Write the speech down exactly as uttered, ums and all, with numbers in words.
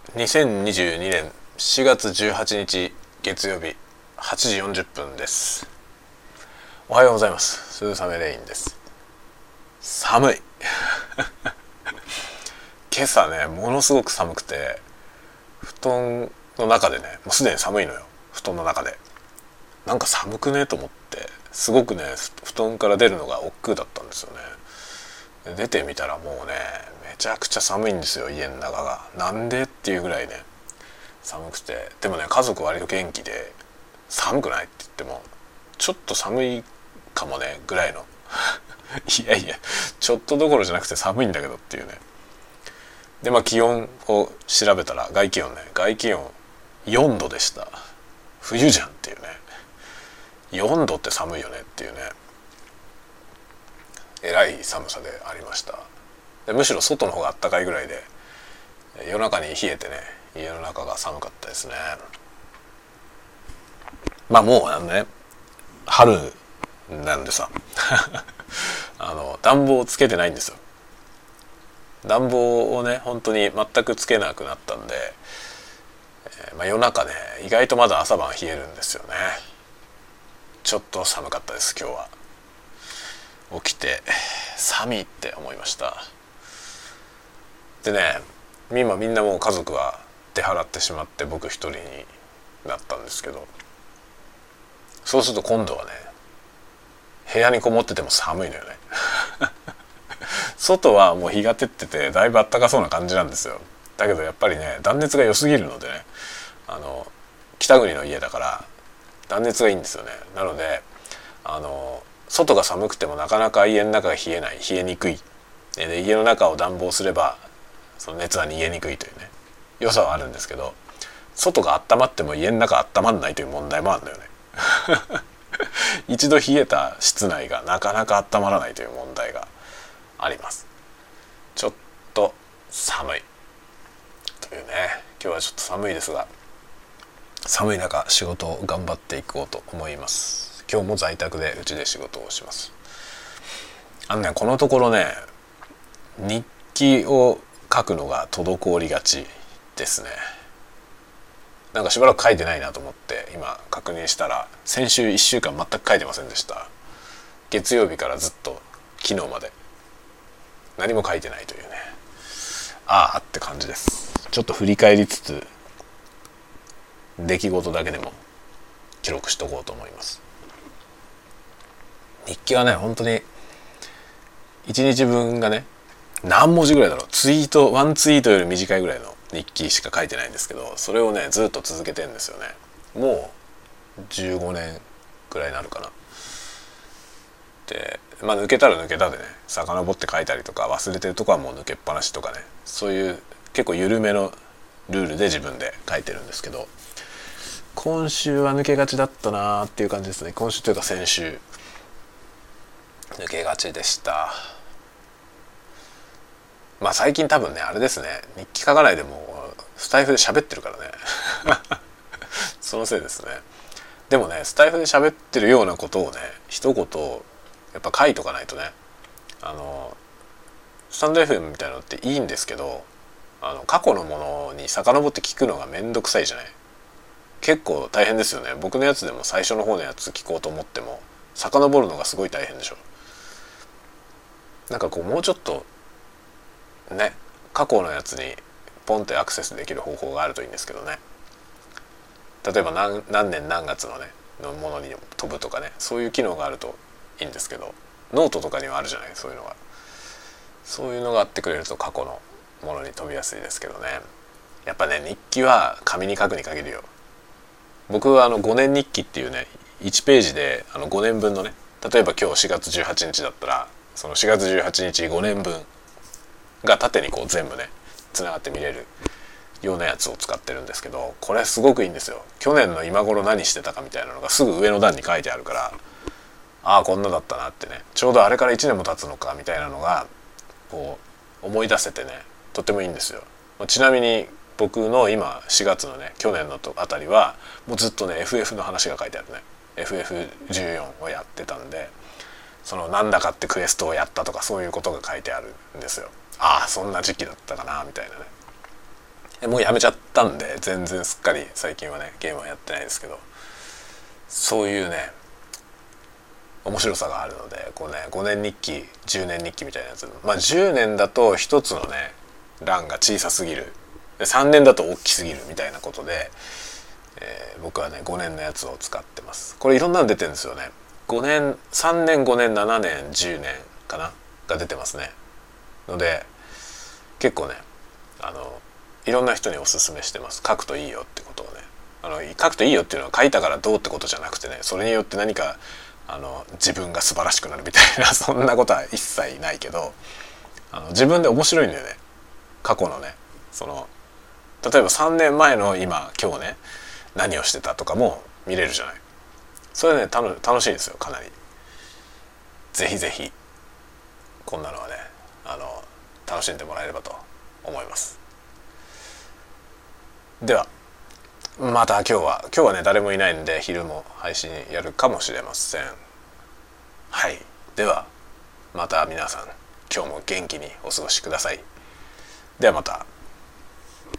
にせんにじゅうにねんしがつじゅうはちにち月曜日はちじよんじゅっぷんです。おはようございます。鈴雨レインです。寒い今朝ね、ものすごく寒くて、布団の中でね、もうすでに寒いのよ。布団の中でなんか寒くねと思って、すごくね布団から出るのが億劫だったんですよね。出てみたらもうね、めちゃくちゃ寒いんですよ、家の中が。なんでっていうぐらいね寒くて、でもね家族割と元気で、寒くないって言ってもちょっと寒いかもねぐらいのいやいや、ちょっとどころじゃなくて寒いんだけどっていうね。でまあ気温を調べたら、外気温ね外気温よんどでした。冬じゃんっていうね。よんどって寒いよねっていうね、えらい寒さでありました。でむしろ外の方があったかいぐらいで、夜中に冷えてね、家の中が寒かったですね。まあもうあのね春なんでさあの暖房をつけてないんですよ。暖房をね本当に全くつけなくなったんで、えーまあ、夜中ね意外とまだ朝晩冷えるんですよね。ちょっと寒かったです今日は。起きて寒いって思いました。でね、今みんなもう家族は出払ってしまって、僕一人になったんですけど、そうすると今度はね、部屋にこもってても寒いのよね外はもう日が照っててだいぶ暖かそうな感じなんですよ。だけどやっぱりね断熱が良すぎるのでね、あの北国の家だから断熱がいいんですよね。なのであの外が寒くてもなかなか家の中が冷えない、冷えにくい。で家の中を暖房すればその熱は逃げにくいというね良さはあるんですけど、外が温まっても家の中温まんないという問題もあるんだよね一度冷えた室内がなかなか温まらないという問題があります。ちょっと寒いというね、今日はちょっと寒いですが、寒い中仕事を頑張っていこうと思います。今日も在宅でうちで仕事をします。あのねこのところね日記を書くのが滞りがちですね。なんかしばらく書いてないなと思って今確認したら、先週いっしゅうかん全く書いてませんでした。月曜日からずっと昨日まで何も書いてないというね、ああって感じです。ちょっと振り返りつつ出来事だけでも記録しとこうと思います。日記はね本当にいちにちぶんがね、何文字ぐらいだろう、ツイートワンツイートより短いぐらいの日記しか書いてないんですけど、それをねずっと続けてるんですよね。もうじゅうごねんぐらいになるかな。でまあ抜けたら抜けたでね、遡って書いたりとか、忘れてるとこはもう抜けっぱなしとかね、そういう結構緩めのルールで自分で書いてるんですけど、今週は抜けがちだったなーっていう感じですね。今週というか先週抜けがちでした。まあ最近多分ねあれですね、日記書かないでもスタイフで喋ってるからねそのせいですね。でもねスタイフで喋ってるようなことをね一言やっぱ書いとかないとね、あのスタンド エフエム みたいなのっていいんですけど、あの過去のものに遡って聞くのがめんどくさいじゃない。結構大変ですよね。僕のやつでも最初の方のやつ聞こうと思っても遡るのがすごい大変でしょ。なんかこうもうちょっとね過去のやつにポンってアクセスできる方法があるといいんですけどね。例えば 何, 何年何月のねのものに飛ぶとかね、そういう機能があるといいんですけど、ノートとかにはあるじゃない、そういうのが。そういうのがあってくれると過去のものに飛びやすいですけどね。やっぱね日記は紙に書くに限るよ。僕はあのごねん日記っていうねいちページであのごねんぶんのね、例えば今日しがつじゅうはちにちだったらそのしがつじゅうはちにちごねんぶんが縦にこう全部ねつながって見れるようなやつを使ってるんですけど、これすごくいいんですよ。去年の今頃何してたかみたいなのがすぐ上の段に書いてあるから、ああこんなだったなってね、ちょうどあれからいちねんも経つのかみたいなのがこう思い出せてね、とってもいいんですよ。ちなみに僕の今しがつのね去年のあたりはもうずっとね エフエフ の話が書いてあるね。 エフエフじゅうよん をやってたんで、そのなんだかってクエストをやったとかそういうことが書いてあるんですよ。ああそんな時期だったかなみたいなね。 もうやめちゃったんで全然すっかり最近はねゲームはやってないですけど、そういうね面白さがあるので、こうねごねん日記じゅうねん日記みたいなやつ、まあじゅうねんだと一つのね欄が小さすぎる、さんねんだと大きすぎるみたいなことで、えー、僕はねごねんのやつを使ってます。これいろんなの出てるんですよね。ごねんさんねんごねんななねんじゅうねんかなが出てますね。ので結構ねあのいろんな人におすすめしてます。書くといいよってことをね、あの書くといいよっていうのは書いたからどうってことじゃなくてね、それによって何かあの自分が素晴らしくなるみたいなそんなことは一切ないけど、あの自分で面白いんだよね。過去のねその例えばさんねんまえの今今日ね何をしてたとかも見れるじゃない。それね楽楽しいんですよかなり。ぜひぜひこんなのはねあの楽しんでもらえればと思います。ではまた今日は今日はね誰もいないんで昼も配信やるかもしれません。はい、ではまた皆さん今日も元気にお過ごしください。ではまた。